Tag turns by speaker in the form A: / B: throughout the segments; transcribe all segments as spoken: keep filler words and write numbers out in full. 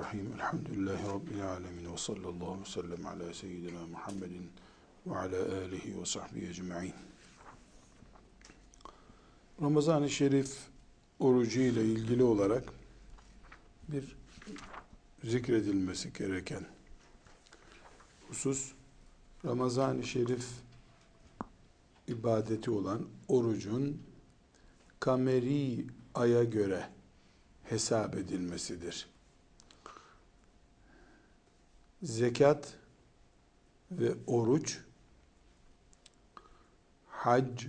A: Bismillahirrahmanirrahim. Elhamdülillahi Rabbil alemin. Ve sallallahu aleyhi ve sellem ala seyyidina Muhammedin ve ala alihi ve sahbihi ecma'in. Ramazan-ı Şerif orucu ile ilgili olarak bir zikredilmesi gereken husus, Ramazan-ı Şerif ibadeti olan orucun kameri aya göre hesap edilmesidir. Zekat ve oruç, hac,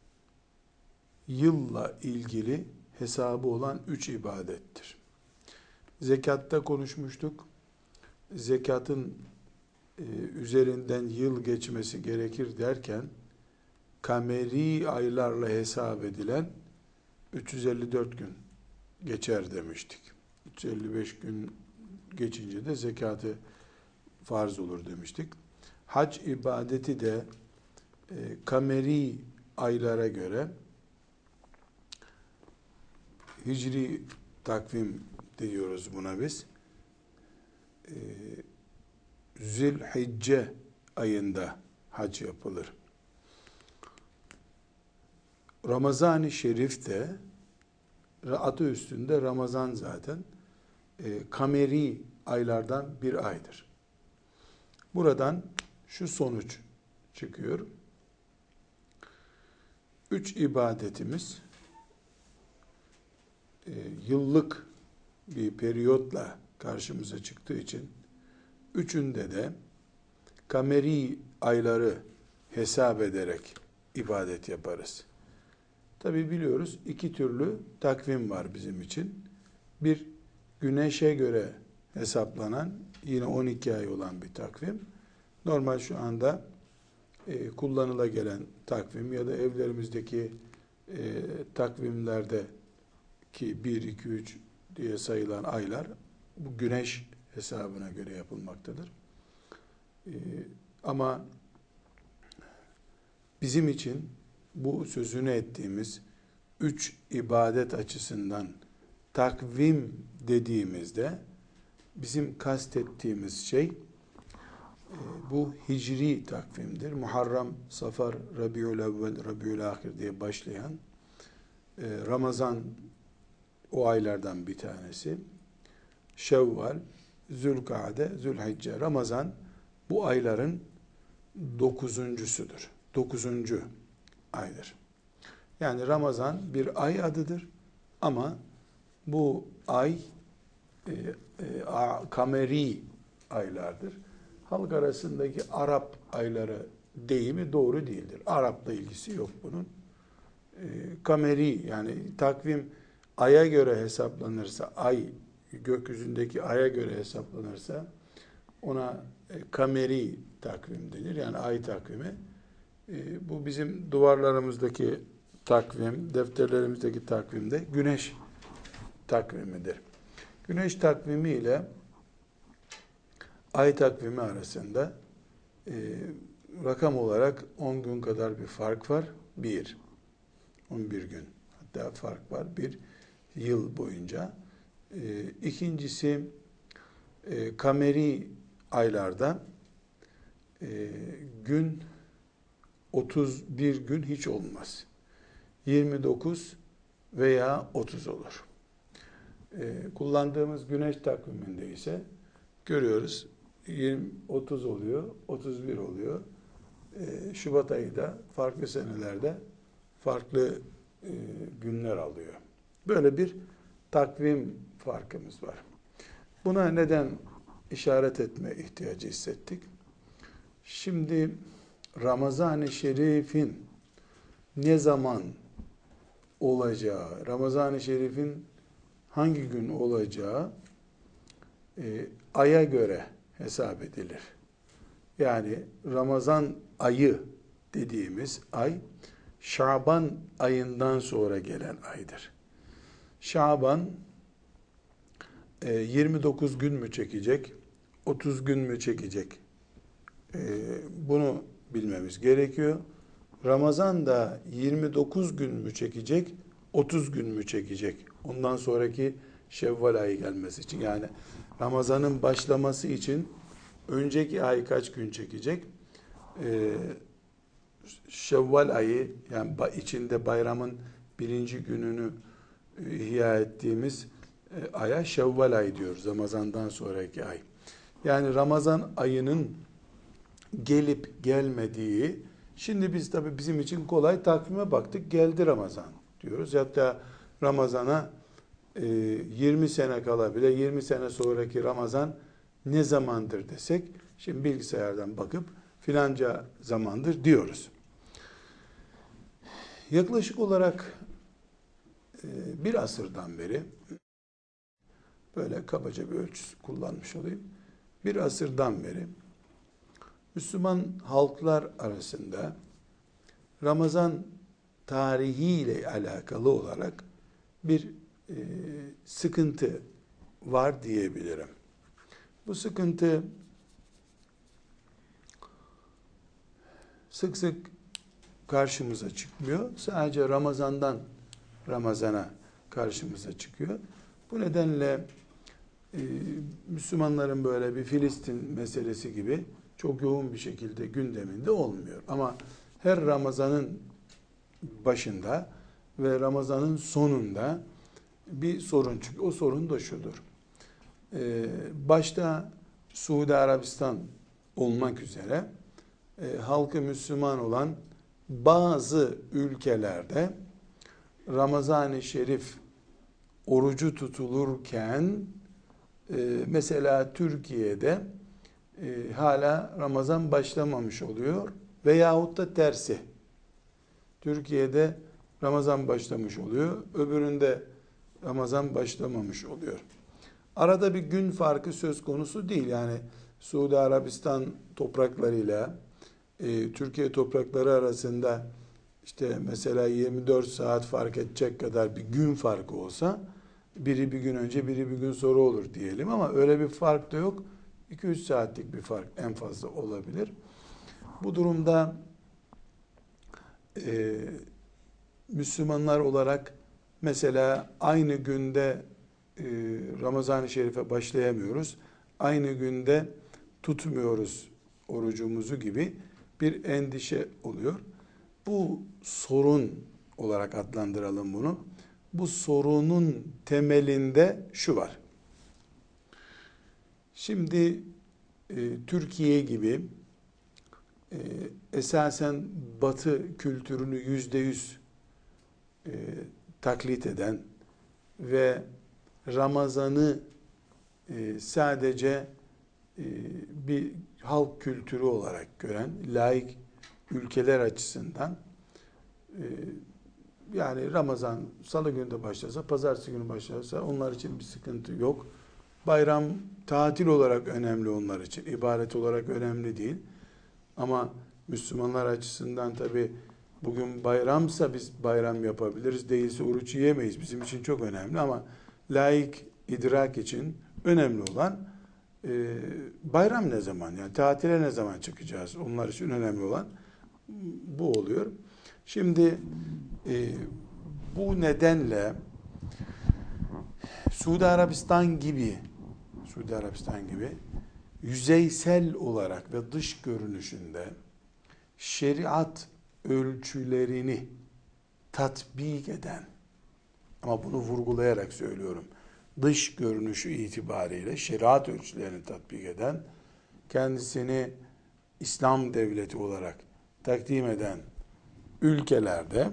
A: yılla ilgili hesabı olan üç ibadettir. Zekatta konuşmuştuk. Zekatın e, üzerinden yıl geçmesi gerekir derken, kameri aylarla hesap edilen üç yüz elli dört gün geçer demiştik. üç yüz elli beş gün geçince de zekatı farz olur demiştik. Hac ibadeti de e, kameri aylara göre, hicri takvim diyoruz buna biz, e, Zülhicce ayında hac yapılır. Ramazan-ı Şerif de adı üstünde Ramazan zaten e, kameri aylardan bir aydır. Buradan şu sonuç çıkıyor. Üç ibadetimiz e, yıllık bir periyotla karşımıza çıktığı için üçünde de kameri ayları hesap ederek ibadet yaparız. Tabi biliyoruz iki türlü takvim var bizim için. Bir, güneşe göre hesaplanan yine on iki ay olan bir takvim. Normal şu anda e, kullanıla gelen takvim ya da evlerimizdeki e, takvimlerde ki bir, iki, üç diye sayılan aylar bu güneş hesabına göre yapılmaktadır. E, ama bizim için bu sözünü ettiğimiz üç ibadet açısından takvim dediğimizde bizim kastettiğimiz şey bu hicri takvimdir. Muharrem, Safar, Rabiül Evvel, Rabiül Ahir diye başlayan Ramazan o aylardan bir tanesi. Şevval, Zülkade, Zülhicce. Ramazan bu ayların dokuzuncusudur. Dokuzuncu aydır. Yani Ramazan bir ay adıdır ama bu ay e, e, a, kameri aylardır. Halk arasındaki Arap ayları deyimi doğru değildir. Arap'la ilgisi yok bunun. E, kameri yani takvim aya göre hesaplanırsa, ay gökyüzündeki aya göre hesaplanırsa ona e, kameri takvim denir. Yani ay takvimi. E, bu bizim duvarlarımızdaki takvim, defterlerimizdeki takvimde güneş takvimidir. Güneş takvimi ile ay takvimi arasında e, rakam olarak on gün kadar bir fark var. Bir, on bir gün hatta fark var bir yıl boyunca. E, ikincisi e, kameri aylarda e, gün otuz bir gün hiç olmaz. yirmi dokuz veya otuz olur. Ee, kullandığımız güneş takviminde ise görüyoruz yirmi otuz oluyor, otuz bir oluyor. Ee, Şubat ayı da farklı senelerde farklı e, günler alıyor. Böyle bir takvim farkımız var. Buna neden işaret etme ihtiyacı hissettik? Şimdi Ramazan-ı Şerif'in ne zaman olacağı, Ramazan-ı Şerif'in hangi gün olacağı e, aya göre hesap edilir. Yani Ramazan ayı dediğimiz ay, Şaban ayından sonra gelen aydır. Şaban e, yirmi dokuz gün mü çekecek, otuz gün mü çekecek? E, bunu bilmemiz gerekiyor. Ramazan da yirmi dokuz gün mü çekecek, otuz gün mü çekecek? Ondan sonraki Şevval ayı gelmesi için. Yani Ramazan'ın başlaması için önceki ay kaç gün çekecek? Ee, Şevval ayı, yani içinde bayramın birinci gününü ihya ettiğimiz e, aya Şevval ayı diyoruz. Ramazan'dan sonraki ay. Yani Ramazan ayının gelip gelmediği, şimdi biz tabii bizim için kolay takvime baktık, geldi Ramazan diyoruz. Hatta Ramazan'a e, yirmi sene kala bile yirmi sene sonraki Ramazan ne zamandır desek, şimdi bilgisayardan bakıp filanca zamandır diyoruz. Yaklaşık olarak e, bir asırdan beri, böyle kabaca bir ölçü kullanmış olayım, bir asırdan beri Müslüman halklar arasında Ramazan tarihiyle alakalı olarak bir e, sıkıntı var diyebilirim. Bu sıkıntı sık sık karşımıza çıkmıyor. Sadece Ramazan'dan Ramazan'a karşımıza çıkıyor. Bu nedenle e, Müslümanların böyle bir Filistin meselesi gibi çok yoğun bir şekilde gündeminde olmuyor. Ama her Ramazan'ın başında ve Ramazan'ın sonunda bir sorun çıkıyor. O sorun da şudur. Ee, başta Suudi Arabistan olmak üzere e, halkı Müslüman olan bazı ülkelerde Ramazan-ı Şerif orucu tutulurken e, mesela Türkiye'de e, hala Ramazan başlamamış oluyor veyahut da tersi. Türkiye'de Ramazan başlamış oluyor, öbüründe Ramazan başlamamış oluyor. Arada bir gün farkı söz konusu değil. Yani Suudi Arabistan topraklarıyla e, Türkiye toprakları arasında işte mesela yirmi dört saat fark edecek kadar bir gün farkı olsa, biri bir gün önce, biri bir gün sonra olur diyelim, ama öyle bir fark da yok. iki üç saatlik bir fark en fazla olabilir. Bu durumda e, Müslümanlar olarak mesela aynı günde e, Ramazan-ı Şerif'e başlayamıyoruz. Aynı günde tutmuyoruz orucumuzu gibi bir endişe oluyor. Bu sorun olarak adlandıralım bunu. Bu sorunun temelinde şu var. Şimdi e, Türkiye gibi e, esasen Batı kültürünü yüzde yüz e, taklit eden ve Ramazan'ı e, sadece e, bir halk kültürü olarak gören laik ülkeler açısından e, yani Ramazan salı günü de başlasa, pazartesi günü başlasa onlar için bir sıkıntı yok. Bayram tatil olarak önemli onlar için, ibadet olarak önemli değil. Ama Müslümanlar açısından tabii bugün bayramsa biz bayram yapabiliriz, değilse oruç yiyemeyiz. Bizim için çok önemli, ama laik idrak için önemli olan e, bayram ne zaman, yani tatile ne zaman çıkacağız, onlar için önemli olan bu oluyor. Şimdi e, bu nedenle Suudi Arabistan gibi Suudi Arabistan gibi yüzeysel olarak ve dış görünüşünde şeriat ölçülerini tatbik eden, ama bunu vurgulayarak söylüyorum, dış görünüşü itibariyle şeriat ölçülerini tatbik eden, kendisini İslam devleti olarak takdim eden ülkelerde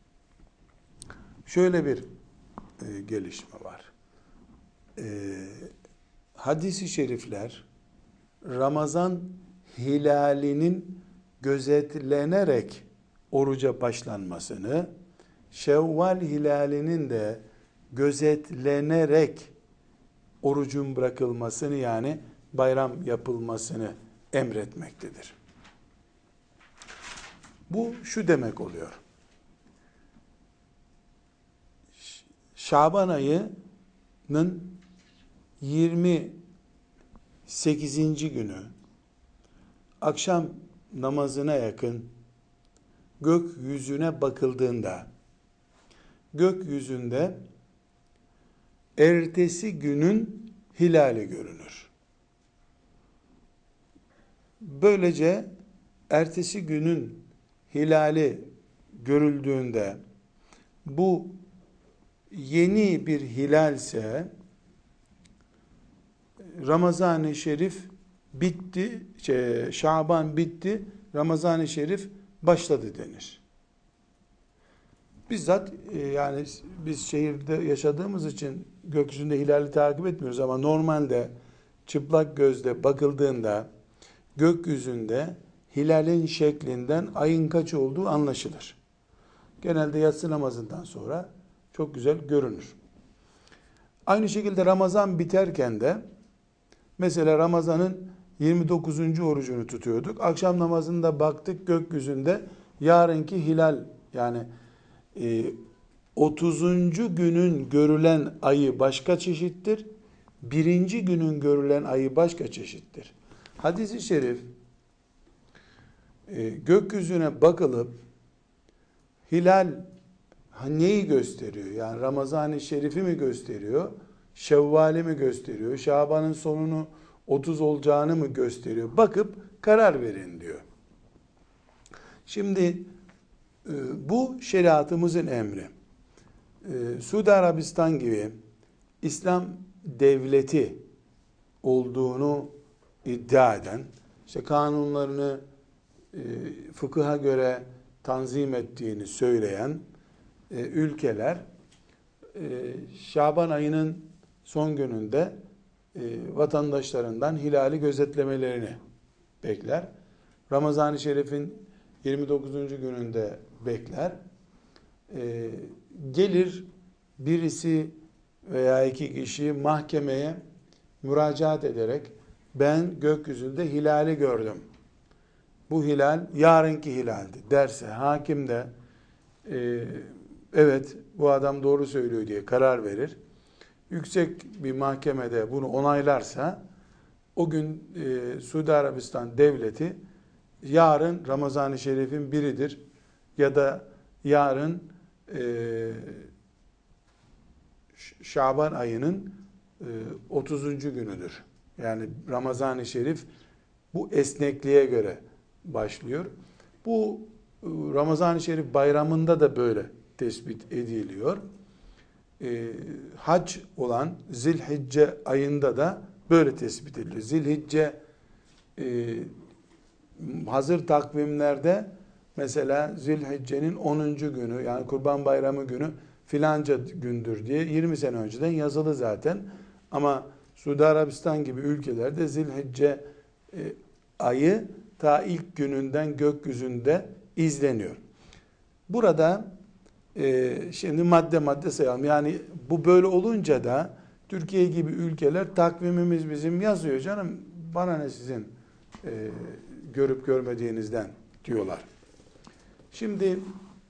A: şöyle bir e, gelişme var. E, hadis-i şerifler Ramazan hilalinin gözetlenerek oruca başlanmasını, Şevval hilalinin de gözetlenerek orucun bırakılmasını, yani bayram yapılmasını emretmektedir. Bu şu demek oluyor. Şaban ayının yirmi sekizinci günü akşam namazına yakın gökyüzüne bakıldığında gökyüzünde ertesi günün hilali görünür. Böylece ertesi günün hilali görüldüğünde bu yeni bir hilalse Ramazan-ı Şerif bitti, şey, Şaban bitti, Ramazan-ı Şerif başladı denir. Bizzat e, yani biz şehirde yaşadığımız için gökyüzünde hilali takip etmiyoruz ama normalde çıplak gözle bakıldığında gökyüzünde hilalin şeklinden ayın kaç olduğu anlaşılır. Genelde yatsı namazından sonra çok güzel görünür. Aynı şekilde Ramazan biterken de mesela Ramazan'ın yirmi dokuzuncu orucunu tutuyorduk. Akşam namazında baktık gökyüzünde yarınki hilal yani e, otuzuncu günün görülen ayı başka çeşittir. Birinci günün görülen ayı başka çeşittir. Hadis-i şerif e, gökyüzüne bakılıp hilal neyi gösteriyor? Yani Ramazan-ı Şerif'i mi gösteriyor? Şevval'i mi gösteriyor? Şaban'ın sonunu otuz olacağını mı gösteriyor? Bakıp karar verin diyor. Şimdi bu şeriatımızın emri. Suudi Arabistan gibi İslam devleti olduğunu iddia eden, işte kanunlarını fıkıha göre tanzim ettiğini söyleyen ülkeler Şaban ayının son gününde vatandaşlarından hilali gözetlemelerini bekler. Ramazan-ı Şerif'in yirmi dokuzuncu gününde bekler. Gelir birisi veya iki kişi mahkemeye müracaat ederek ben gökyüzünde hilali gördüm. Bu hilal yarınki hilaldi derse hakim de e, evet bu adam doğru söylüyor diye karar verir. Yüksek bir mahkemede bunu onaylarsa o gün e, Suudi Arabistan devleti yarın Ramazan-ı Şerif'in biridir ya da yarın e, Şaban ayının e, otuzuncu günüdür. Yani Ramazan-ı Şerif bu esnekliğe göre başlıyor. Bu e, Ramazan-ı Şerif bayramında da böyle tespit ediliyor. E, hac olan Zilhicce ayında da böyle tespit ediliyor. Zilhicce e, hazır takvimlerde mesela Zilhicce'nin onuncu günü yani Kurban Bayramı günü filanca gündür diye yirmi sene önceden yazılı zaten. Ama Suudi Arabistan gibi ülkelerde Zilhicce e, ayı ta ilk gününden gökyüzünde izleniyor. Burada e, şimdi madde madde sayalım. Yani bu böyle olunca da Türkiye gibi ülkeler takvimimiz bizim yazıyor canım bana ne sizin e, görüp görmediğinizden diyorlar. Şimdi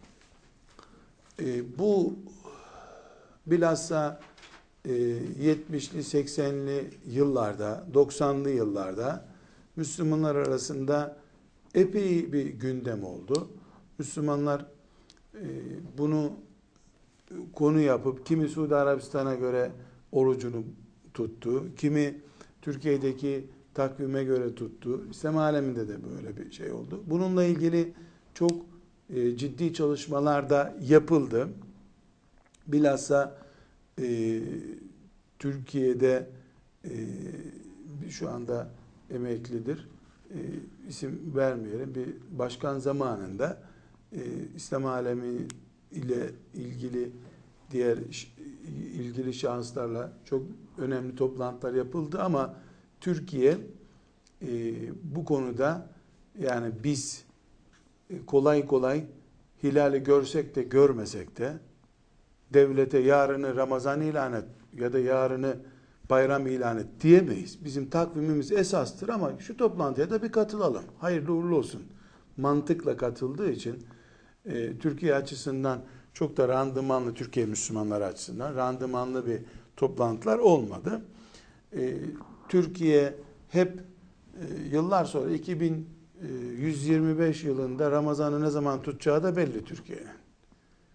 A: e, bu bilhassa e, yetmişli seksenli yıllarda doksanlı yıllarda Müslümanlar arasında epey bir gündem oldu. Müslümanlar e, bunu konu yapıp kimi Suudi Arabistan'a göre orucunu tuttu, kimi Türkiye'deki takvime göre tuttu. İslam aleminde de böyle bir şey oldu. Bununla ilgili çok e, ciddi çalışmalar da yapıldı. Bilhassa e, Türkiye'de e, şu anda emeklidir. E, isim vermeyelim. Bir başkan zamanında e, İslam alemi ile ilgili diğer ilgili şahıslarla çok önemli toplantılar yapıldı ama Türkiye e, bu konuda yani biz e, kolay kolay hilali görsek de görmesek de devlete yarını Ramazan ilan et ya da yarını bayram ilan et diyemeyiz. Bizim takvimimiz esastır ama şu toplantıya da bir katılalım. Hayırlı uğurlu olsun. Mantıkla katıldığı için e, Türkiye açısından çok da randımanlı, Türkiye Müslümanları açısından randımanlı bir toplantılar olmadı. E, Türkiye hep e, yıllar sonra iki bin yüz yirmi beş yılında Ramazan'ı ne zaman tutacağı da belli Türkiye'nin.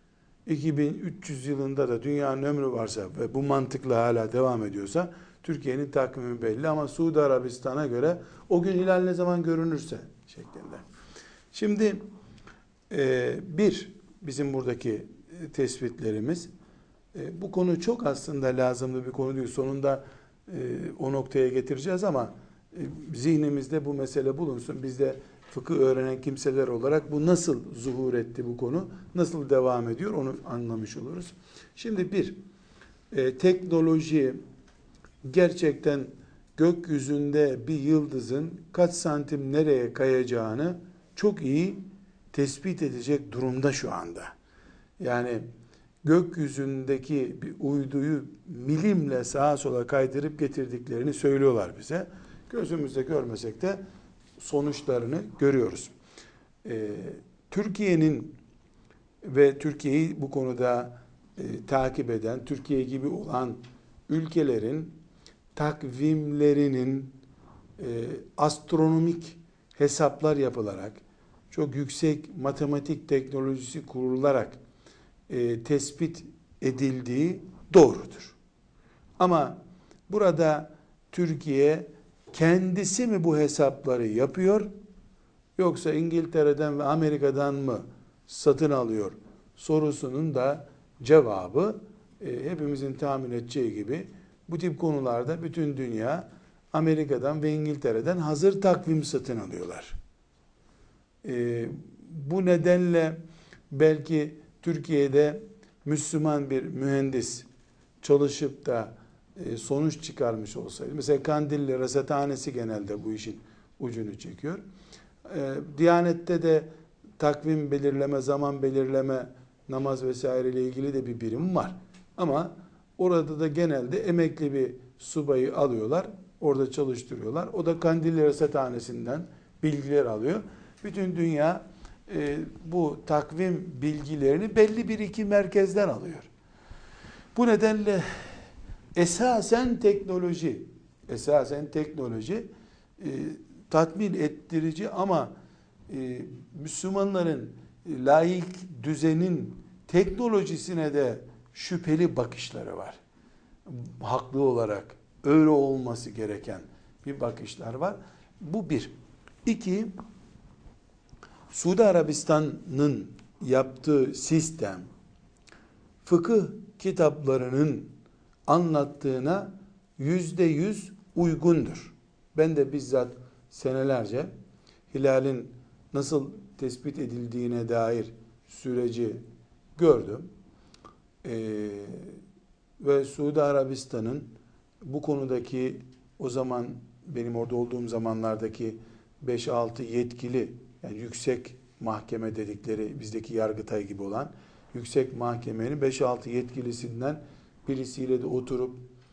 A: iki bin üç yüz yılında da dünyanın ömrü varsa ve bu mantıkla hala devam ediyorsa Türkiye'nin takvimi belli ama Suudi Arabistan'a göre o gün hilal ne zaman görünürse şeklinde. Şimdi e, bir bizim buradaki tespitlerimiz, e, bu konu çok aslında lazımlı bir konu değil. Sonunda e, o noktaya getireceğiz ama e, zihnimizde bu mesele bulunsun. Biz de fıkıh öğrenen kimseler olarak bu nasıl zuhur etti bu konu, nasıl devam ediyor onu anlamış oluruz. Şimdi bir, e, teknoloji gerçekten gökyüzünde bir yıldızın kaç santim nereye kayacağını çok iyi tespit edecek durumda şu anda. Yani gökyüzündeki bir uyduyu milimle sağa sola kaydırıp getirdiklerini söylüyorlar bize. Gözümüzde görmesek de sonuçlarını görüyoruz. Ee, Türkiye'nin ve Türkiye'yi bu konuda e, takip eden, Türkiye gibi olan ülkelerin takvimlerinin e, astronomik hesaplar yapılarak, çok yüksek matematik teknolojisi kurularak e, tespit edildiği doğrudur. Ama burada Türkiye kendisi mi bu hesapları yapıyor, yoksa İngiltere'den ve Amerika'dan mı satın alıyor sorusunun da cevabı e, hepimizin tahmin edeceği gibi bu tip konularda bütün dünya Amerika'dan ve İngiltere'den hazır takvim satın alıyorlar. E, bu nedenle belki Türkiye'de Müslüman bir mühendis çalışıp da e, sonuç çıkarmış olsaydı, mesela Kandilli Rasathanesi genelde bu işin ucunu çekiyor. E, Diyanet'te de takvim belirleme, zaman belirleme, namaz vesaire ile ilgili de bir birim var. Ama orada da genelde emekli bir subayı alıyorlar, orada çalıştırıyorlar. O da Kandilli Rasathanesi'nden bilgiler alıyor. Bütün dünya e, bu takvim bilgilerini belli bir iki merkezden alıyor. Bu nedenle esasen teknoloji, esasen teknoloji e, tatmin ettirici ama e, Müslümanların e, laik düzenin teknolojisine de şüpheli bakışları var. Haklı olarak öyle olması gereken bir bakışlar var. Bu bir. İki, Suudi Arabistan'ın yaptığı sistem fıkıh kitaplarının anlattığına yüzde yüz uygundur. Ben de bizzat senelerce hilalin nasıl tespit edildiğine dair süreci gördüm. Ee, ve Suudi Arabistan'ın bu konudaki o zaman benim orada olduğum zamanlardaki beş altı yetkili, yani yüksek mahkeme dedikleri bizdeki Yargıtay gibi olan yüksek mahkemenin beş altı yetkilisinden birisiyle de oturup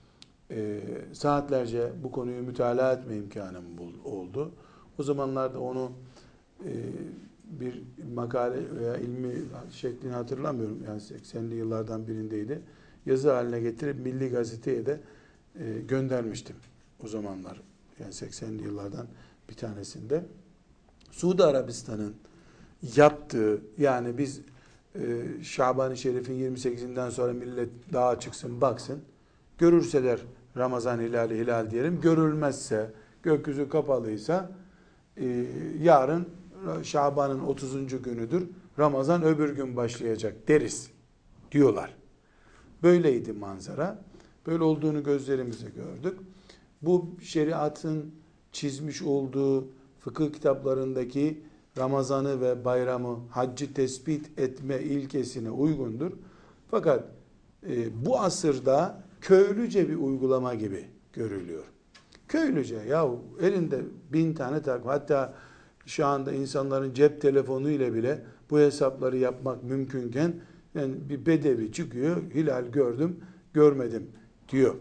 A: e, saatlerce bu konuyu mütalaa etme imkanım oldu. O zamanlarda onu e, bir makale veya ilmi şeklini hatırlamıyorum. Yani seksenli yıllardan birindeydi. Yazı haline getirip Milli Gazete'ye de e, göndermiştim o zamanlar. Yani seksenli yıllardan bir tanesinde. Suudi Arabistan'ın yaptığı, yani biz e, Şaban-ı Şerif'in yirmi sekizinden sonra millet dağa çıksın baksın, görürseler Ramazan hilali hilal diyelim, görülmezse, gökyüzü kapalıysa e, yarın Şaban'ın otuzuncu günüdür, Ramazan öbür gün başlayacak deriz diyorlar. Böyleydi manzara. Böyle olduğunu gözlerimizle gördük. Bu şeriatın çizmiş olduğu fıkıh kitaplarındaki Ramazan'ı ve bayramı, haccı tespit etme ilkesine uygundur. Fakat e, bu asırda köylüce bir uygulama gibi görülüyor. Köylüce, ya elinde bin tane takvim, hatta şu anda insanların cep telefonu ile bile bu hesapları yapmak mümkünken, yani bir bedevi çıkıyor, hilal gördüm, görmedim diyor.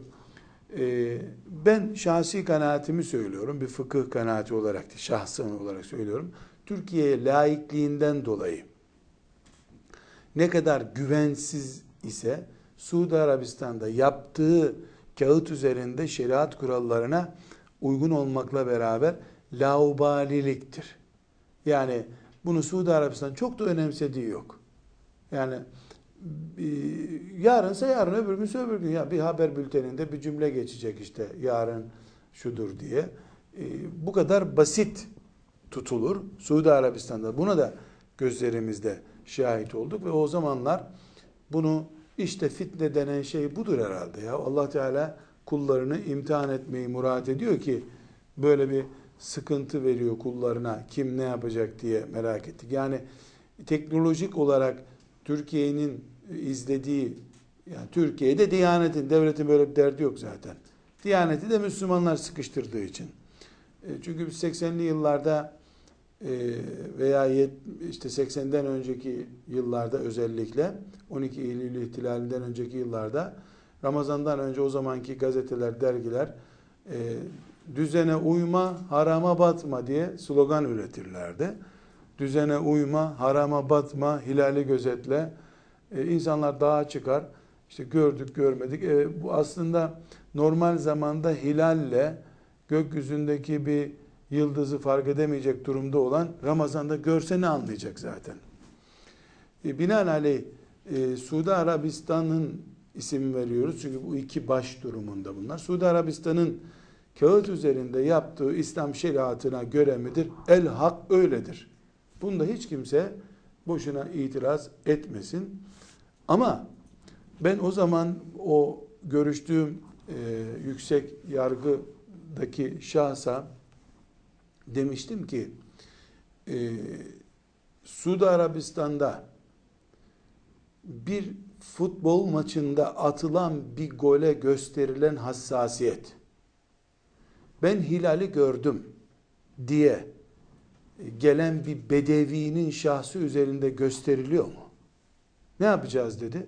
A: Ee, ben şahsi kanaatimi söylüyorum, bir fıkıh kanaati olarak, şahsım olarak söylüyorum. Türkiye'ye laikliğinden dolayı ne kadar güvensiz ise Suudi Arabistan'da yaptığı kağıt üzerinde şeriat kurallarına uygun olmakla beraber laubaliliktir. Yani bunu Suudi Arabistan çok da önemsediği yok. Yani Yarınsa yarın, öbür günse öbür gün. Ya bir haber bülteninde bir cümle geçecek işte yarın şudur diye. E, bu kadar basit tutulur. Suudi Arabistan'da buna da gözlerimizde şahit olduk ve o zamanlar bunu işte fitne denen şey budur herhalde ya. Allah Teala kullarını imtihan etmeyi murat ediyor ki böyle bir sıkıntı veriyor kullarına. Kim ne yapacak diye merak ettik. Yani teknolojik olarak Türkiye'nin izlediği, yani Türkiye'de Diyanet'in, devletin böyle bir derdi yok zaten. Diyaneti de Müslümanlar sıkıştırdığı için. Çünkü biz seksenli yıllarda veya işte seksenden önceki yıllarda özellikle on iki Eylül ihtilalinden önceki yıllarda Ramazan'dan önce o zamanki gazeteler, dergiler düzene uyma, harama batma diye slogan üretirlerdi. Düzene uyma, harama batma, hilali gözetle. Ee, insanlar dağa çıkar. İşte gördük, görmedik. Ee, bu aslında normal zamanda hilalle gökyüzündeki bir yıldızı fark edemeyecek durumda olan Ramazan'da görse ne anlayacak zaten. Ee, binaenaleyh e, Suudi Arabistan'ın isim veriyoruz. Çünkü bu iki baş durumunda bunlar. Suudi Arabistan'ın kağıt üzerinde yaptığı İslam şeriatına göre midir? El hak öyledir. Bunda hiç kimse boşuna itiraz etmesin. Ama ben o zaman o görüştüğüm e, yüksek yargıdaki şahsa demiştim ki e, Suudi Arabistan'da bir futbol maçında atılan bir gole gösterilen hassasiyet, ben hilali gördüm diye gelen bir bedevinin şahsı üzerinde gösteriliyor mu? Ne yapacağız dedi.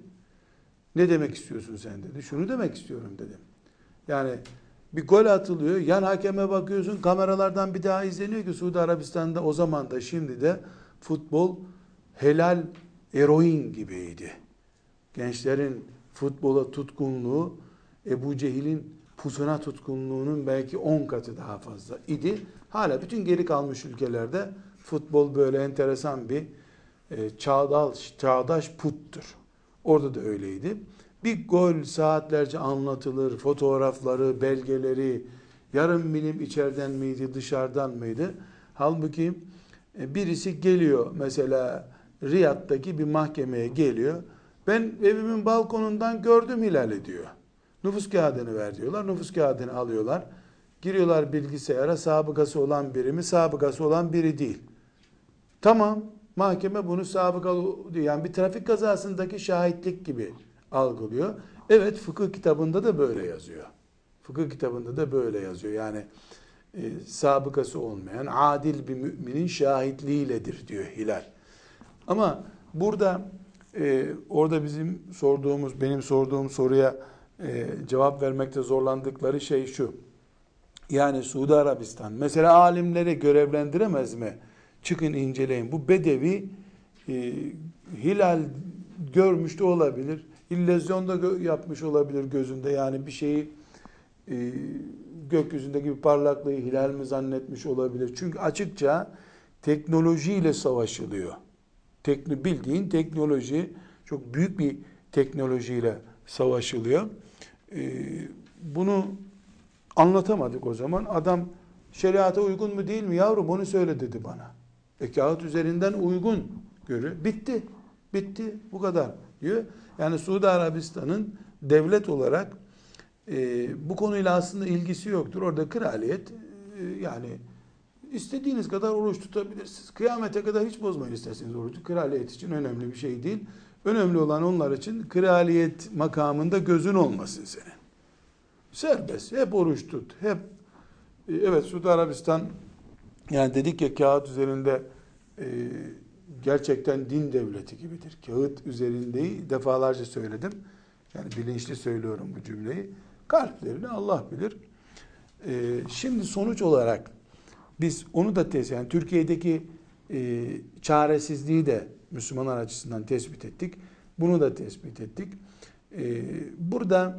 A: Ne demek istiyorsun sen dedi. Şunu demek istiyorum dedim. Yani bir gol atılıyor, yan hakeme bakıyorsun, kameralardan bir daha izleniyor ki Suudi Arabistan'da o zaman da şimdi de futbol helal eroin gibiydi. Gençlerin futbola tutkunluğu Ebu Cehil'in pusuna tutkunluğunun belki on katı daha fazla idi. Hala bütün geri kalmış ülkelerde futbol böyle enteresan bir e, çağdaş, çağdaş puttur. Orada da öyleydi. Bir gol saatlerce anlatılır, fotoğrafları, belgeleri, yarım milim içeriden miydi, dışarıdan mıydı? Halbuki e, birisi geliyor mesela Riyad'daki bir mahkemeye geliyor. Ben evimin balkonundan gördüm hilali diyor. Nüfus kağıdını ver diyorlar. Nüfus kağıdını alıyorlar. Giriyorlar bilgisayara, sabıkası olan biri mi, sabıkası olan biri değil. Tamam, mahkeme bunu sabıkalı, yani bir trafik kazasındaki şahitlik gibi algılıyor. Evet, fıkıh kitabında da böyle yazıyor. Fıkıh kitabında da böyle yazıyor. Yani e, sabıkası olmayan adil bir müminin şahitliğiyledir diyor hilal. Ama burada e, orada bizim sorduğumuz, benim sorduğum soruya e, cevap vermekte zorlandıkları şey şu. Yani Suudi Arabistan mesela alimleri görevlendiremez mi? Çıkın inceleyin. Bu bedevi e, hilal görmüş de olabilir. İllüzyon da gö- yapmış olabilir gözünde. Yani bir şeyi e, gökyüzündeki bir parlaklığı hilal mi zannetmiş olabilir. Çünkü açıkça teknolojiyle savaşılıyor. Tekno, bildiğin teknoloji, çok büyük bir teknolojiyle savaşılıyor. E, bunu anlatamadık o zaman. Adam şeriata uygun mu değil mi yavrum onu söyle dedi bana. E kağıt üzerinden uygun görüyor. Bitti. Bitti. Bu kadar diyor. Yani Suudi Arabistan'ın devlet olarak e, bu konuyla aslında ilgisi yoktur. Orada kraliyet e, yani istediğiniz kadar oruç tutabilirsiniz. Kıyamete kadar hiç bozmayın isterseniz orucu. Kraliyet için önemli bir şey değil. Önemli olan onlar için kraliyet makamında gözün olmasın senin. Serbest. Hep oruç tut. Hep evet Suudi Arabistan yani dedik ya kağıt üzerinde e, gerçekten din devleti gibidir. Kağıt üzerindeyi defalarca söyledim. Yani bilinçli söylüyorum bu cümleyi. Kalplerini Allah bilir. E, şimdi sonuç olarak biz onu da tespit, yani Türkiye'deki e, çaresizliği de Müslümanlar açısından tespit ettik. Bunu da tespit ettik. E, burada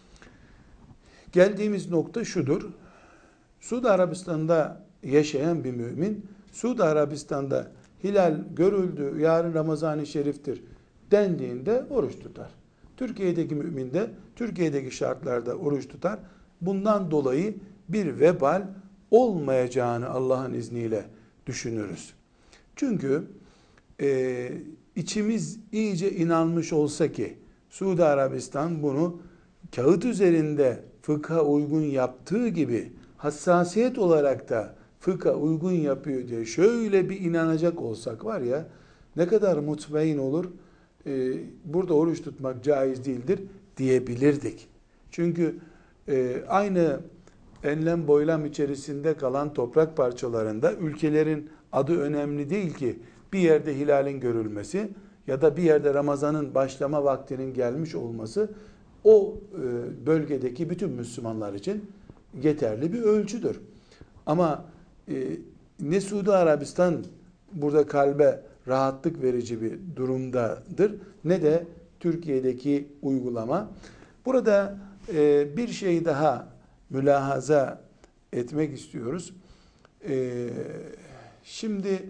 A: geldiğimiz nokta şudur. Suudi Arabistan'da yaşayan bir mümin, Suudi Arabistan'da hilal görüldü, yarın Ramazan-ı Şerif'tir dendiğinde oruç tutar. Türkiye'deki mümin de Türkiye'deki şartlarda oruç tutar. Bundan dolayı bir vebal olmayacağını Allah'ın izniyle düşünürüz. Çünkü e, içimiz iyice inanmış olsa ki Suudi Arabistan bunu kağıt üzerinde fıkha uygun yaptığı gibi hassasiyet olarak da fıkha uygun yapıyor diye şöyle bir inanacak olsak var ya, ne kadar mutmain olur, e, burada oruç tutmak caiz değildir diyebilirdik. Çünkü e, aynı enlem boylam içerisinde kalan toprak parçalarında ülkelerin adı önemli değil ki, bir yerde hilalin görülmesi ya da bir yerde Ramazan'ın başlama vaktinin gelmiş olması o e, bölgedeki bütün Müslümanlar için yeterli bir ölçüdür. Ama e, ne Suudi Arabistan burada kalbe rahatlık verici bir durumdadır, ne de Türkiye'deki uygulama. Burada e, bir şey daha mülahaza etmek istiyoruz. E, şimdi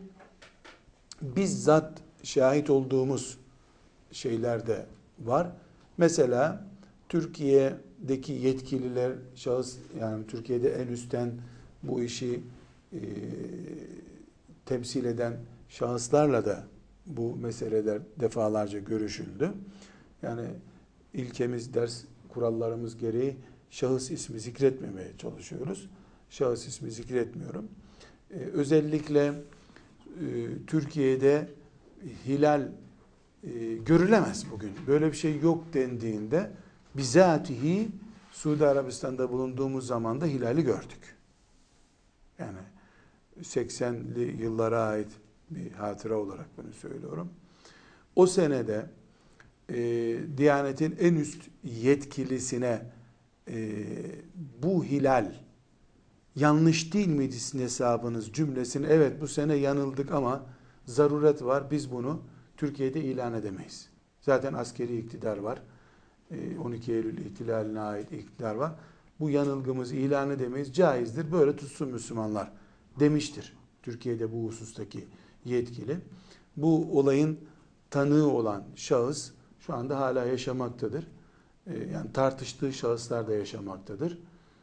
A: bizzat şahit olduğumuz şeyler de var. Mesela Türkiye'deki yetkililer, şahıs, yani Türkiye'de en üstten bu işi e, temsil eden şahıslarla da bu meseleler defalarca görüşüldü. Yani ilkemiz, ders kurallarımız gereği şahıs ismi zikretmemeye çalışıyoruz. Şahıs ismi zikretmiyorum. Ee, özellikle e, Türkiye'de hilal e, görülemez bugün. Böyle bir şey yok dendiğinde bizatihi Suudi Arabistan'da bulunduğumuz zaman da hilali gördük. Yani seksenli yıllara ait bir hatıra olarak bunu söylüyorum. O senede e, Diyanet'in en üst yetkilisine e, bu hilal yanlış değil miydi sizin hesabınız cümlesini, evet bu sene yanıldık ama zaruret var, biz bunu Türkiye'de ilan edemeyiz. Zaten askeri iktidar var. on iki Eylül ihtilaline ait iktidar var. Bu yanılgımızı ilan edemeyiz, caizdir, böyle tutsun Müslümanlar demiştir Türkiye'de bu husustaki yetkili. Bu olayın tanığı olan şahıs şu anda hala yaşamaktadır. Yani tartıştığı şahıslar da yaşamaktadır.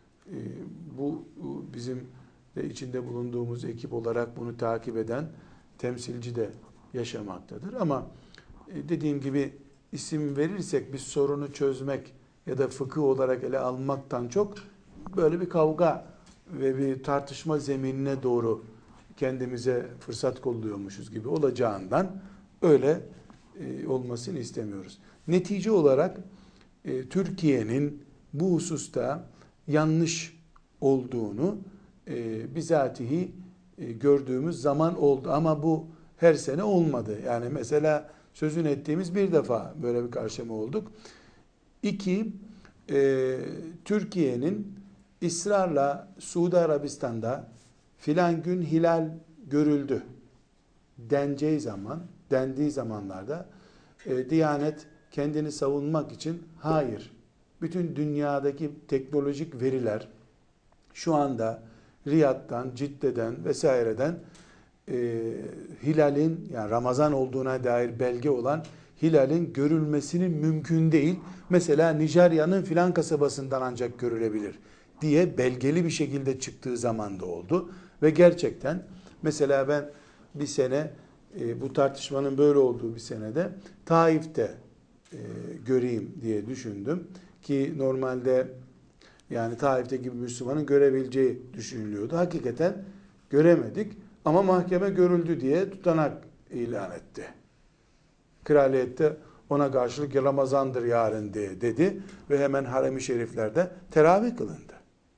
A: Bu bizim de içinde bulunduğumuz ekip olarak bunu takip eden temsilci de yaşamaktadır. Ama dediğim gibi isim verirsek biz sorunu çözmek ya da fıkıh olarak ele almaktan çok böyle bir kavga ve bir tartışma zeminine doğru kendimize fırsat kolluyormuşuz gibi olacağından öyle olmasını istemiyoruz. Netice olarak Türkiye'nin bu hususta yanlış olduğunu bizatihi gördüğümüz zaman oldu. Ama bu her sene olmadı. Yani mesela sözünü ettiğimiz bir defa böyle bir karşıma olduk. İki, e, Türkiye'nin ısrarla Suudi Arabistan'da filan gün hilal görüldü deneceği zaman, dendiği zamanlarda e, Diyanet kendini savunmak için hayır, bütün dünyadaki teknolojik veriler şu anda Riyad'dan, Cidde'den vesaireden e, hilalin, yani Ramazan olduğuna dair belge olan hilalin görülmesinin mümkün değil. Mesela Nijerya'nın filan kasabasından ancak görülebilir diye belgeli bir şekilde çıktığı zaman da oldu. Ve gerçekten mesela ben bir sene e, bu tartışmanın böyle olduğu bir senede Taif'te e, göreyim diye düşündüm ki normalde yani Taif'teki bir Müslümanın görebileceği düşünülüyordu. Hakikaten göremedik ama mahkeme görüldü diye tutanak ilan etti. Kraliyette ona karşılık Ramazan'dır yarın diye dedi ve hemen harem-i şeriflerde teravih kılındı.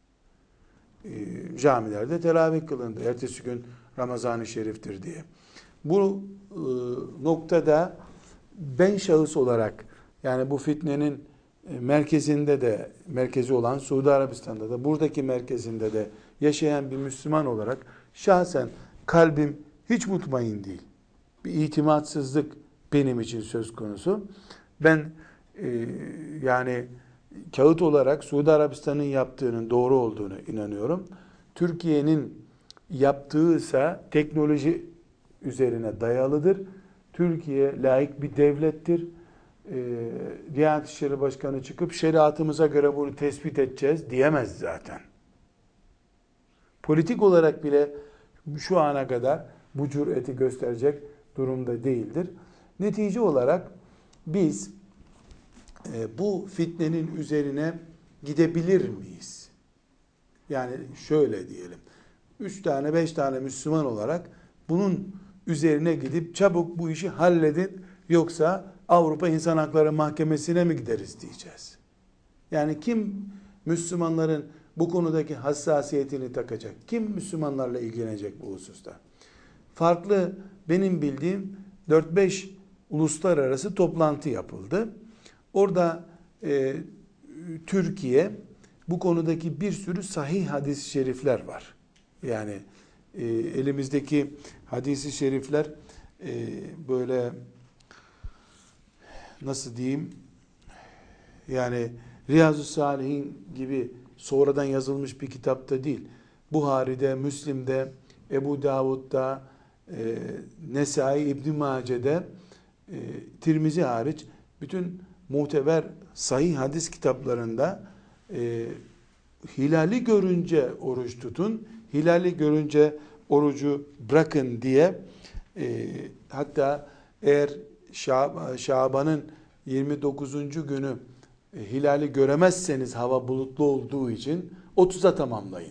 A: E, camilerde teravih kılındı. Ertesi gün Ramazan-ı Şerif'tir diye. Bu e, noktada ben şahıs olarak, yani bu fitnenin merkezinde de, merkezi olan Suudi Arabistan'da da, buradaki merkezinde de yaşayan bir Müslüman olarak şahsen kalbim hiç mutmain değil. Bir itimatsızlık benim için söz konusu. Ben e, yani kağıt olarak Suudi Arabistan'ın yaptığının doğru olduğunu inanıyorum. Türkiye'nin yaptığı ise teknoloji üzerine dayalıdır. Türkiye laik bir devlettir. Ee, Diyanet İşleri Başkanı çıkıp şeriatımıza göre bunu tespit edeceğiz diyemez zaten. Politik olarak bile şu ana kadar bu cüreti gösterecek durumda değildir. Netice olarak biz e, bu fitnenin üzerine gidebilir miyiz? Yani şöyle diyelim. Üç tane beş tane Müslüman olarak bunun üzerine gidip çabuk bu işi halledin, yoksa Avrupa İnsan Hakları Mahkemesi'ne mi gideriz diyeceğiz. Yani kim Müslümanların bu konudaki hassasiyetini takacak? Kim Müslümanlarla ilgilenecek bu hususta? Farklı, benim bildiğim dört beş uluslararası toplantı yapıldı. Orada e, Türkiye bu konudaki bir sürü sahih hadis-i şerifler var. Yani e, elimizdeki hadis-i şerifler e, böyle nasıl diyeyim, yani Riyazu Salihin gibi sonradan yazılmış bir kitapta değil. Buhari'de, Müslim'de, Ebu Davud'da, e, Nesai, İbn-i Mace'de, e, Tirmizi hariç bütün muteber sahih hadis kitaplarında e, hilali görünce oruç tutun, hilali görünce orucu bırakın diye, e, hatta eğer Şab- Şaban'ın yirmi dokuzuncu günü e, hilali göremezseniz hava bulutlu olduğu için otuza tamamlayın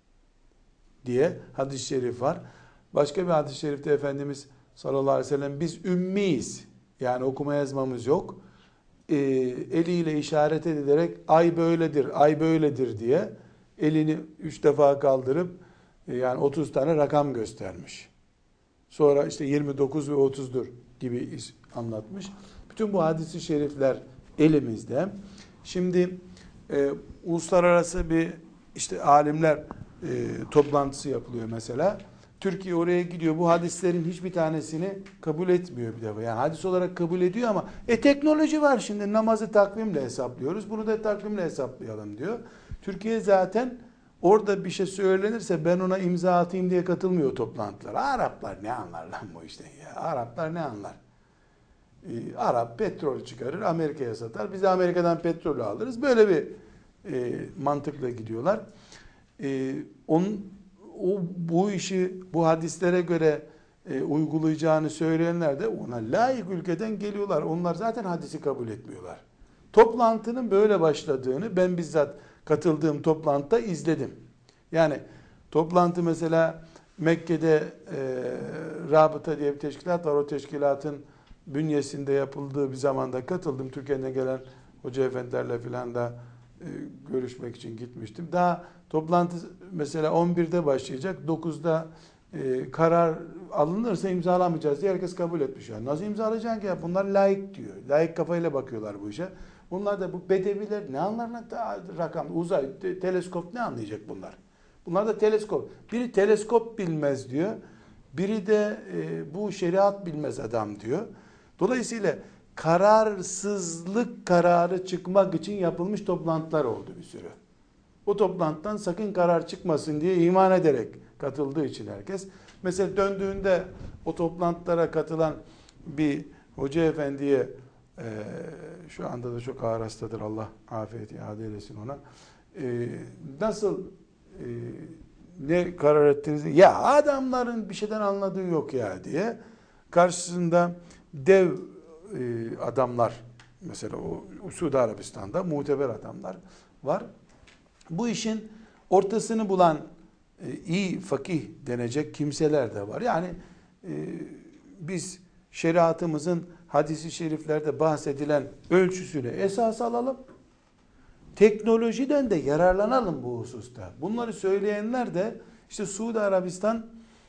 A: diye hadis-i şerif var. Başka bir hadis-i şerifte Efendimiz sallallahu aleyhi ve sellem biz ümmiyiz, yani okuma yazmamız yok, e, eliyle işaret edilerek ay böyledir, ay böyledir diye elini üç defa kaldırıp e, yani otuz tane rakam göstermiş. Sonra işte yirmi dokuz ve otuzdur gibi anlatmış. Bütün bu hadis-i şerifler elimizde. Şimdi e, uluslararası bir işte alimler e, toplantısı yapılıyor mesela. Türkiye oraya gidiyor. Bu hadislerin hiçbir tanesini kabul etmiyor bir defa. Yani hadis olarak kabul ediyor ama e teknoloji var şimdi, namazı takvimle hesaplıyoruz. Bunu da takvimle hesaplayalım diyor. Türkiye zaten orada bir şey söylenirse ben ona imza atayım diye katılmıyor toplantılara. Araplar ne anlar lan bu işten ya? Araplar ne anlar? Ee, Arap petrol çıkarır, Amerika'ya satar. Biz de Amerika'dan petrolü alırız. Böyle bir e, mantıkla gidiyorlar. E, onun, o, bu işi bu hadislere göre e, uygulayacağını söyleyenler de ona layık ülkeden geliyorlar. Onlar zaten hadisi kabul etmiyorlar. Toplantının böyle başladığını ben bizzat katıldığım toplantıda izledim. Yani toplantı mesela Mekke'de e, Rabıta diye bir teşkilat var. O teşkilatın bünyesinde yapıldığı bir zamanda katıldım. Türkiye'den gelen hoca efendilerle filan da e, görüşmek için gitmiştim. Daha toplantı mesela on birde başlayacak. dokuzda e, karar alınırsa imzalamayacağız diye herkes kabul etmiş. Yani nasıl imzalayacaksın ki ya? Bunlar laik diyor. Laik kafayla bakıyorlar bu işe. Bunlar da bu bedeviler ne anlarlar rakam, uzay, te, teleskop ne anlayacak bunlar? Bunlar da teleskop. Biri teleskop bilmez diyor. Biri de e, bu şeriat bilmez adam diyor. Dolayısıyla kararsızlık kararı çıkmak için yapılmış toplantılar oldu bir sürü. O toplantıdan sakın karar çıkmasın diye iman ederek katıldığı için herkes. Mesela döndüğünde o toplantılara katılan bir hoca efendiye, e, şu anda da çok ağır hastadır, Allah afiyet iade eylesin ona. E, nasıl e, ne karar ettiniz? Ya adamların bir şeyden anladığı yok ya diye. Karşısında dev e, adamlar, mesela o Suudi Arabistan'da muteber adamlar var. Bu işin ortasını bulan e, iyi fakih denecek kimseler de var. Yani e, biz şeriatımızın hadis-i şeriflerde bahsedilen ölçüsünü esas alalım. Teknolojiden de yararlanalım bu hususta. Bunları söyleyenler de işte Suudi Arabistan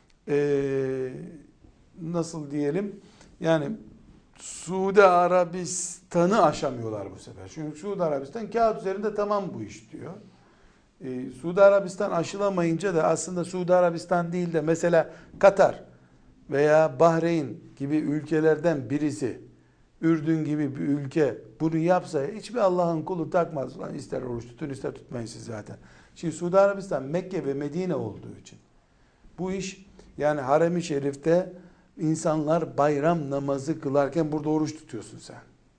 A: e, nasıl diyelim, yani Suudi Arabistan'ı aşamıyorlar bu sefer. Çünkü Suudi Arabistan kağıt üzerinde tamam bu iş diyor. Ee, Suudi Arabistan aşılamayınca da aslında Suudi Arabistan değil de mesela Katar veya Bahreyn gibi ülkelerden birisi, Ürdün gibi bir ülke bunu yapsa hiçbir Allah'ın kulu takmaz. Lan ister oruç tutun ister tutmayın siz zaten. Şimdi Suudi Arabistan Mekke ve Medine olduğu için bu iş, yani Harem-i Şerif'te insanlar bayram namazı kılarken burada oruç tutuyorsun sen.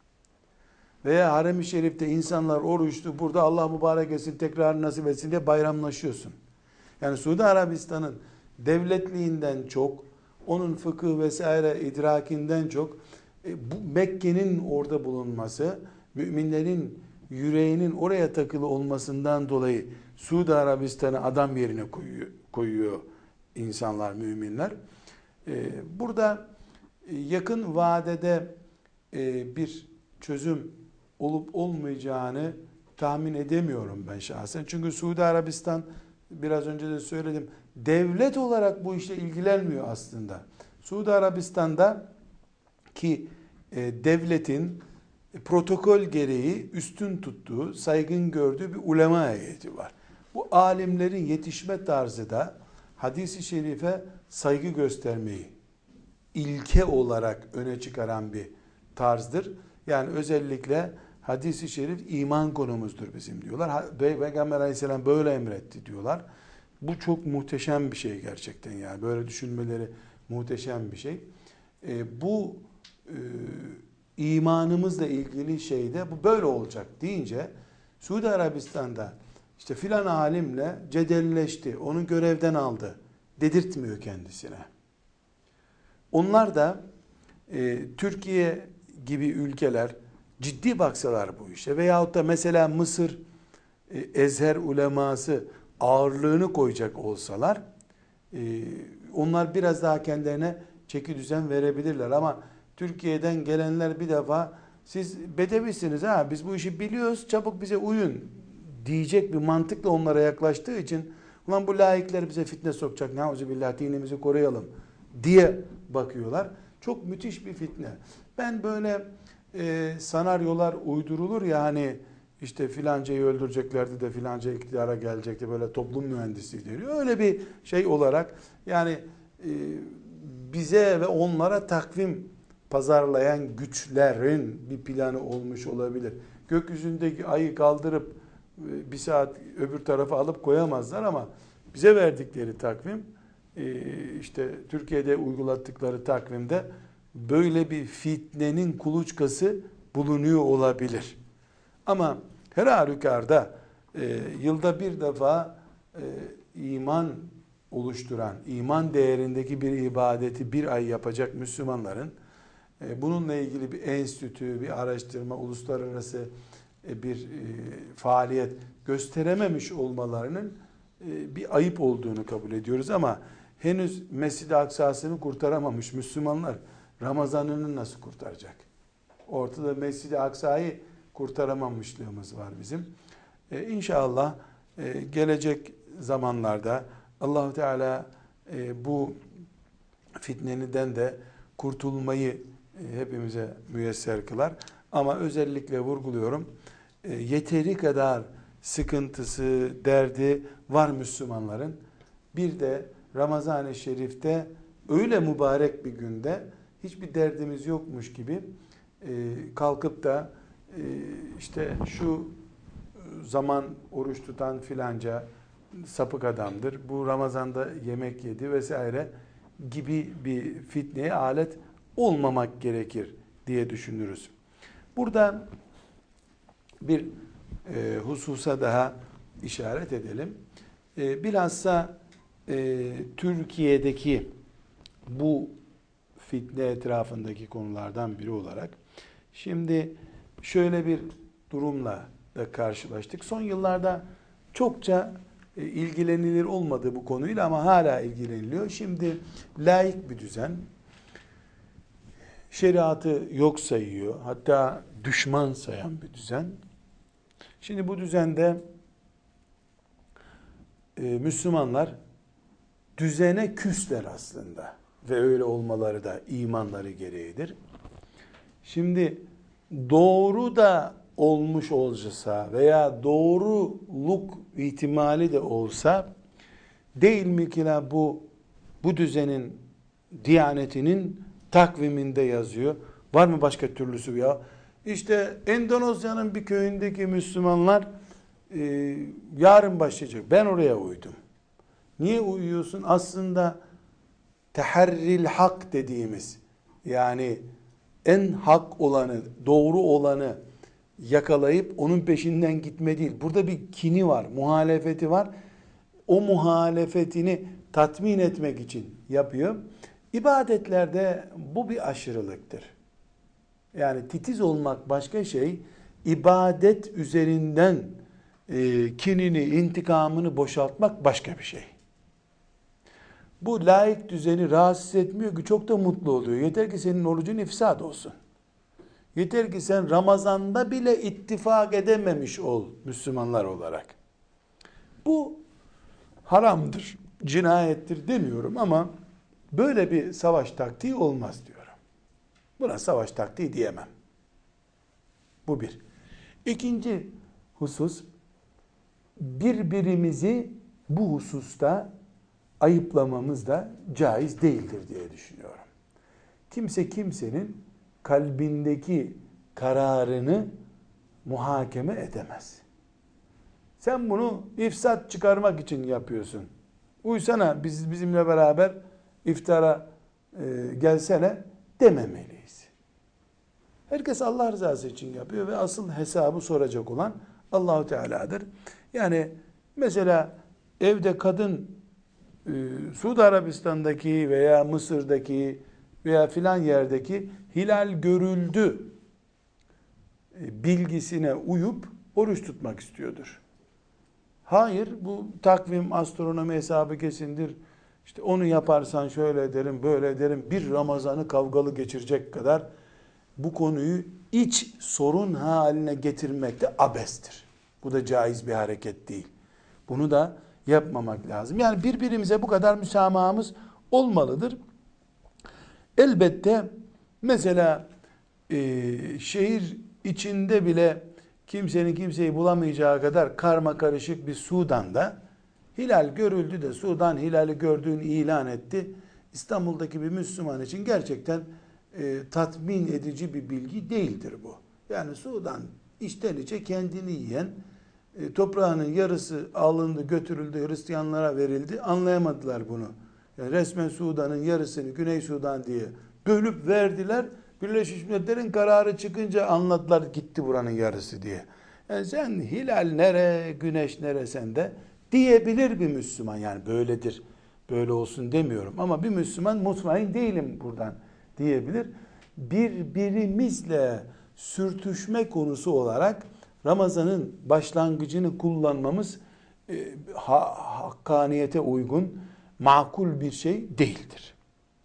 A: Veya Harem-i Şerif'te insanlar oruçlu, burada Allah mübarek etsin, tekrar nasip etsin diye bayramlaşıyorsun. Yani Suudi Arabistan'ın devletliğinden çok, onun fıkıh vesaire idrakinden çok, e, bu Mekke'nin orada bulunması, müminlerin yüreğinin oraya takılı olmasından dolayı Suudi Arabistan'ı adam yerine koyuyor, koyuyor insanlar, müminler. E, burada e, yakın vadede e, bir çözüm olup olmayacağını tahmin edemiyorum ben şahsen. Çünkü Suudi Arabistan, biraz önce de söyledim, devlet olarak bu işle ilgilenmiyor aslında. Suudi Arabistan'da ki e, devletin protokol gereği üstün tuttuğu, saygın gördüğü bir ulema heyeti var. Bu alimlerin yetişme tarzı da hadis-i şerife saygı göstermeyi ilke olarak öne çıkaran bir tarzdır. Yani özellikle hadis-i şerif iman konumuzdur bizim diyorlar. Peygamber aleyhisselam böyle emretti diyorlar. Bu çok muhteşem bir şey gerçekten yani. Böyle düşünmeleri muhteşem bir şey. E, bu e, imanımızla ilgili şeyde bu böyle olacak deyince Suudi Arabistan'da işte filan alimle cedelleşti, onu görevden aldı dedirtmiyor kendisine. Onlar da e, Türkiye gibi ülkeler ciddi baksalar bu işe veyahut da mesela Mısır e, Ezher uleması ağırlığını koyacak olsalar e, onlar biraz daha kendilerine çeki düzen verebilirler ama Türkiye'den gelenler bir defa siz bedevisiniz ha biz bu işi biliyoruz çabuk bize uyun diyecek bir mantıkla onlara yaklaştığı için ulan bu laikler bize fitne sokacak neuzubillah dinimizi koruyalım diye bakıyorlar. Çok müthiş bir fitne. Ben böyle e, senaryolar uydurulur ya hani işte filancayı öldüreceklerdi de filanca iktidara gelecekti böyle toplum mühendisliği diyor. Öyle bir şey olarak yani e, bize ve onlara takvim pazarlayan güçlerin bir planı olmuş olabilir. Gökyüzündeki ayı kaldırıp bir saat öbür tarafa alıp koyamazlar ama bize verdikleri takvim işte Türkiye'de uygulattıkları takvimde böyle bir fitnenin kuluçkası bulunuyor olabilir. Ama her halükarda e, yılda bir defa e, iman oluşturan, iman değerindeki bir ibadeti bir ay yapacak Müslümanların e, bununla ilgili bir enstitü, bir araştırma, uluslararası e, bir e, faaliyet gösterememiş olmalarının e, bir ayıp olduğunu kabul ediyoruz ama henüz Mescid-i Aksa'sını kurtaramamış Müslümanlar Ramazan'ını nasıl kurtaracak? Ortada Mescid-i Aksa'yı kurtaramamışlığımız var bizim. Ee, İnşallah e, gelecek zamanlarda Allah-u Teala e, bu fitneden de kurtulmayı e, hepimize müyesser kılar. Ama özellikle vurguluyorum, e, yeteri kadar sıkıntısı, derdi var Müslümanların. Bir de Ramazan-ı Şerif'te öyle mübarek bir günde hiçbir derdimiz yokmuş gibi e, kalkıp da e, işte şu zaman oruç tutan filanca sapık adamdır, bu Ramazan'da yemek yedi vesaire gibi bir fitneye alet olmamak gerekir diye düşünürüz. Burada bir e, hususa daha işaret edelim. E, bilhassa e, Türkiye'deki bu fitne etrafındaki konulardan biri olarak şimdi şöyle bir durumla da karşılaştık. Son yıllarda çokça e, ilgilenilir olmadı bu konuyla ama hala ilgileniliyor. Şimdi laik bir düzen, şeriatı yok sayıyor, hatta düşman sayan bir düzen. Şimdi bu düzende e, Müslümanlar düzene küsler aslında ve öyle olmaları da imanları gereğidir. Şimdi doğru da olmuş olsa veya doğruluk ihtimali de olsa değil mi ki la bu bu düzenin diyanetinin takviminde yazıyor. Var mı başka türlüsü ya? İşte Endonezya'nın bir köyündeki Müslümanlar e, yarın başlayacak. Ben oraya uydum. Niye uyuyorsun? Aslında teharril hak dediğimiz, yani en hak olanı, doğru olanı yakalayıp onun peşinden gitme değil. Burada bir kini var, muhalefeti var. O muhalefetini tatmin etmek için yapıyor. İbadetlerde bu bir aşırılıktır. Yani titiz olmak başka şey, ibadet üzerinden e, kinini, intikamını boşaltmak başka bir şey. Bu laik düzeni rahatsız etmiyor ki, çok da mutlu oluyor. Yeter ki senin orucun ifsad olsun. Yeter ki sen Ramazan'da bile ittifak edememiş ol Müslümanlar olarak. Bu haramdır, cinayettir demiyorum ama böyle bir savaş taktiği olmaz diyorum. Buna savaş taktiği diyemem. Bu bir. İkinci husus, birbirimizi bu hususta ayıplamamız da caiz değildir diye düşünüyorum. Kimse kimsenin kalbindeki kararını muhakeme edemez. Sen bunu ifsat çıkarmak için yapıyorsun. Uysana, biz bizimle beraber iftara e, gelsene dememeliyiz. Herkes Allah rızası için yapıyor ve asıl hesabı soracak olan Allahu Teala'dır. Yani mesela evde kadın e, Suudi Arabistan'daki veya Mısır'daki veya filan yerdeki hilal görüldü e, bilgisine uyup oruç tutmak istiyordur. Hayır, bu takvim, astronomi hesabı kesindir. İşte onu yaparsan şöyle ederim, böyle ederim. Bir Ramazan'ı kavgalı geçirecek kadar bu konuyu iç sorun haline getirmek de abestir. Bu da caiz bir hareket değil. Bunu da yapmamak lazım. Yani birbirimize bu kadar müsamahamız olmalıdır. Elbette mesela e, şehir içinde bile kimsenin kimseyi bulamayacağı kadar karma karışık bir Sudan'da hilal görüldü de Sudan hilali gördüğünü ilan etti. İstanbul'daki bir Müslüman için gerçekten e, tatmin edici bir bilgi değildir bu. Yani Sudan içten içe kendini yiyen, e, toprağının yarısı alındı, götürüldü, Hristiyanlara verildi. Anlayamadılar bunu. Yani resmen Sudan'ın yarısını Güney Sudan diye bölüp verdiler. Birleşmiş Milletler'in kararı çıkınca anladılar gitti buranın yarısı diye. Yani sen hilal nere, güneş nere sende diyebilir bir Müslüman. Yani böyledir, böyle olsun demiyorum. Ama bir Müslüman mutmain değilim buradan diyebilir. Birbirimizle sürtüşme konusu olarak Ramazan'ın başlangıcını kullanmamız e, ha, hakkaniyete uygun, makul bir şey değildir.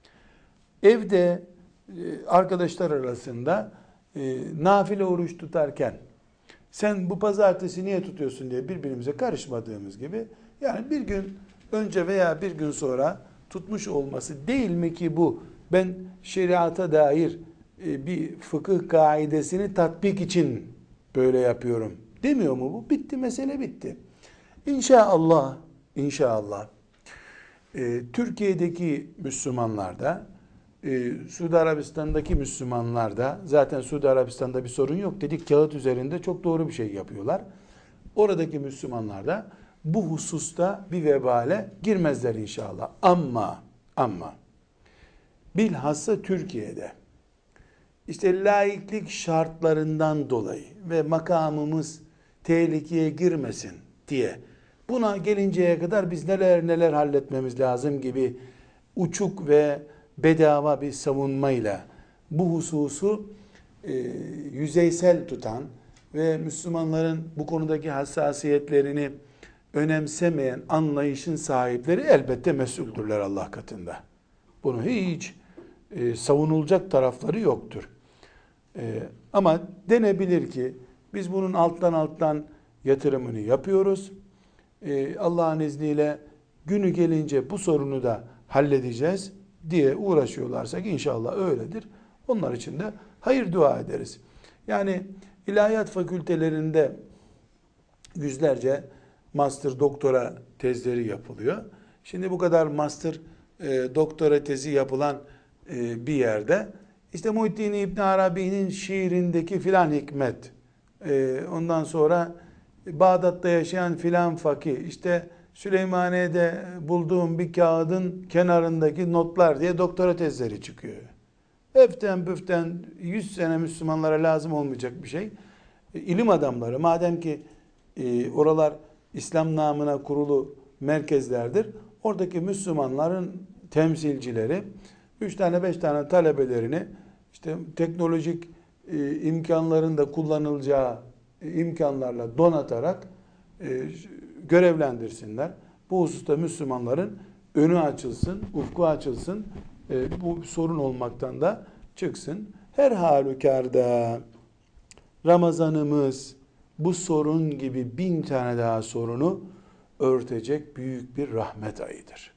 A: Evde arkadaşlar arasında e, nafile oruç tutarken sen bu pazartesi niye tutuyorsun diye birbirimize karışmadığımız gibi, yani bir gün önce veya bir gün sonra tutmuş olması değil mi ki bu, ben şeriata dair e, bir fıkıh kaidesini tatbik için böyle yapıyorum demiyor mu bu? Bitti, mesele bitti. İnşallah, inşallah e, Türkiye'deki Müslümanlar da Ee, Suudi Arabistan'daki Müslümanlar da, zaten Suudi Arabistan'da bir sorun yok dedik, kağıt üzerinde çok doğru bir şey yapıyorlar. Oradaki Müslümanlar da bu hususta bir vebale girmezler inşallah. Ama ama bilhassa Türkiye'de işte laiklik şartlarından dolayı ve makamımız tehlikeye girmesin diye buna gelinceye kadar biz neler neler halletmemiz lazım gibi uçuk ve bedava bir savunmayla bu hususu e, yüzeysel tutan ve Müslümanların bu konudaki hassasiyetlerini önemsemeyen anlayışın sahipleri elbette mesuldürler Allah katında. Bunu hiç e, savunulacak tarafları yoktur. E, ama denebilir ki biz bunun alttan alttan yatırımını yapıyoruz. E, Allah'ın izniyle günü gelince bu sorunu da halledeceğiz diye uğraşıyorlarsa ki inşallah öyledir. Onlar için de hayır dua ederiz. Yani ilahiyat fakültelerinde yüzlerce master doktora tezleri yapılıyor. Şimdi bu kadar master e, doktora tezi yapılan e, bir yerde işte Muhittin İbn Arabi'nin şiirindeki filan hikmet, e, ondan sonra Bağdat'ta yaşayan filan fakih, işte Süleymaniye'de bulduğum bir kağıdın kenarındaki notlar diye doktora tezleri çıkıyor. Eften püften yüz sene Müslümanlara lazım olmayacak bir şey. E, ilim adamları madem ki e, oralar İslam namına kurulu merkezlerdir. Oradaki Müslümanların temsilcileri üç tane beş tane talebelerini işte teknolojik e, imkanların da kullanılacağı e, imkanlarla donatarak e, görevlendirsinler. Bu hususta Müslümanların önü açılsın, ufku açılsın, e, bu sorun olmaktan da çıksın. Her halükarda Ramazanımız bu sorun gibi bin tane daha sorunu örtecek büyük bir rahmet ayıdır.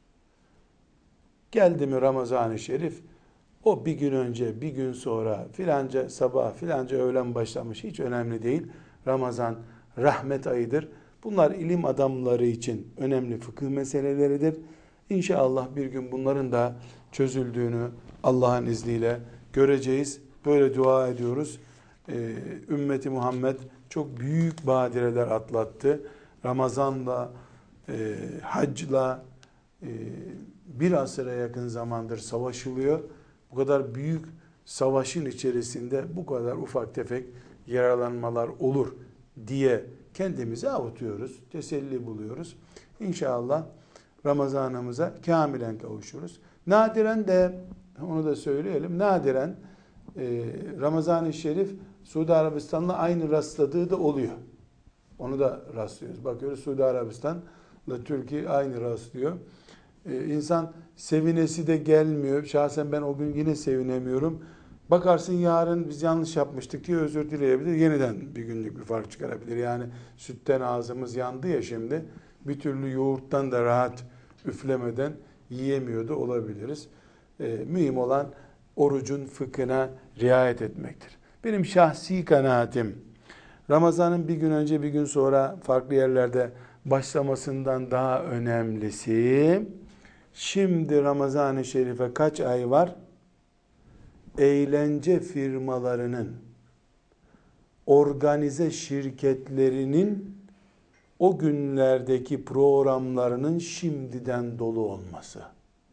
A: Geldi mi Ramazan-ı Şerif, o bir gün önce, bir gün sonra, filanca sabah, filanca öğlen başlamış, hiç önemli değil. Ramazan rahmet ayıdır. Bunlar ilim adamları için önemli fıkıh meseleleridir. İnşallah bir gün bunların da çözüldüğünü Allah'ın izniyle göreceğiz. Böyle dua ediyoruz. Ee, ümmeti Muhammed çok büyük badireler atlattı. Ramazanla, e, hacla e, bir asıra yakın zamandır savaşılıyor. Bu kadar büyük savaşın içerisinde bu kadar ufak tefek yaralanmalar olur diye kendimizi avutuyoruz, teselli buluyoruz. İnşallah Ramazanımıza kamilen kavuşuruz. Nadiren de, onu da söyleyelim, nadiren e, Ramazan-ı Şerif Suudi Arabistan'la aynı rastladığı da oluyor. Onu da rastlıyoruz. Bakıyoruz Suudi Arabistan'la Türkiye aynı rastlıyor. Ee, insan sevinesi de gelmiyor. Şahsen ben o gün yine sevinemiyorum. Bakarsın yarın biz yanlış yapmıştık diye özür dileyebilir. Yeniden bir günlük bir fark çıkarabilir. Yani sütten ağzımız yandı ya şimdi. Bir türlü yoğurttan da rahat üflemeden yiyemiyor da olabiliriz. Ee, mühim olan orucun fıkhına riayet etmektir. Benim şahsi kanaatim, Ramazan'ın bir gün önce bir gün sonra farklı yerlerde başlamasından daha önemlisi, şimdi Ramazan-ı Şerif'e kaç ay var? Eğlence firmalarının, organize şirketlerinin o günlerdeki programlarının şimdiden dolu olması.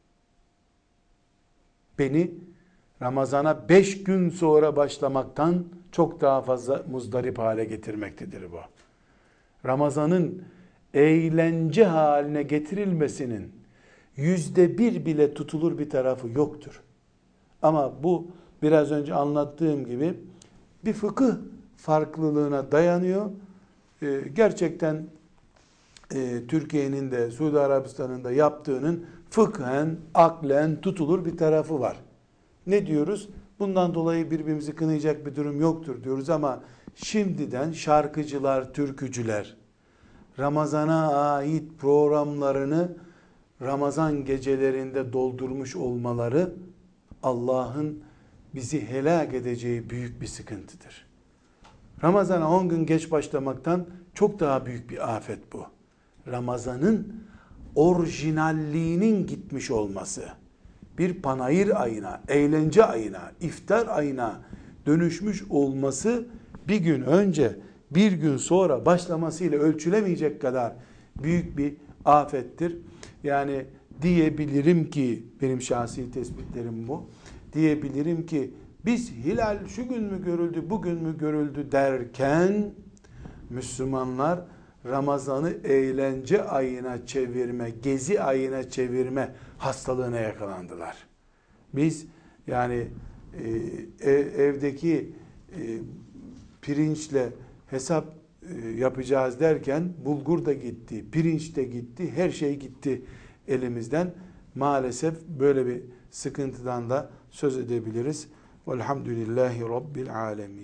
A: Beni Ramazan'a beş gün sonra başlamaktan çok daha fazla muzdarip hale getirmektedir bu. Ramazan'ın eğlence haline getirilmesinin yüzde bir bile tutulur bir tarafı yoktur. Ama bu biraz önce anlattığım gibi bir fıkıh farklılığına dayanıyor. Ee, gerçekten e, Türkiye'nin de Suudi Arabistan'ın da yaptığının fıkhen, aklen tutulur bir tarafı var. Ne diyoruz? Bundan dolayı birbirimizi kınayacak bir durum yoktur diyoruz ama şimdiden şarkıcılar, türkücüler Ramazan'a ait programlarını Ramazan gecelerinde doldurmuş olmaları Allah'ın bizi helak edeceği büyük bir sıkıntıdır. Ramazan'a on gün geç başlamaktan çok daha büyük bir afet bu. Ramazan'ın orijinalliğinin gitmiş olması, bir panayır ayına, eğlence ayına, iftar ayına dönüşmüş olması bir gün önce, bir gün sonra başlamasıyla ölçülemeyecek kadar büyük bir afettir. Yani diyebilirim ki, benim şahsi tespitlerim bu, diyebilirim ki biz hilal şu gün mü görüldü, bugün mü görüldü derken Müslümanlar Ramazan'ı eğlence ayına çevirme, gezi ayına çevirme hastalığına yakalandılar. Biz yani e, evdeki e, pirinçle hesap e, yapacağız derken bulgur da gitti, pirinç de gitti, her şey gitti elimizden. Maalesef böyle bir sıkıntıdan da söz edebiliriz. Velhamdülillahi Rabbil alemin.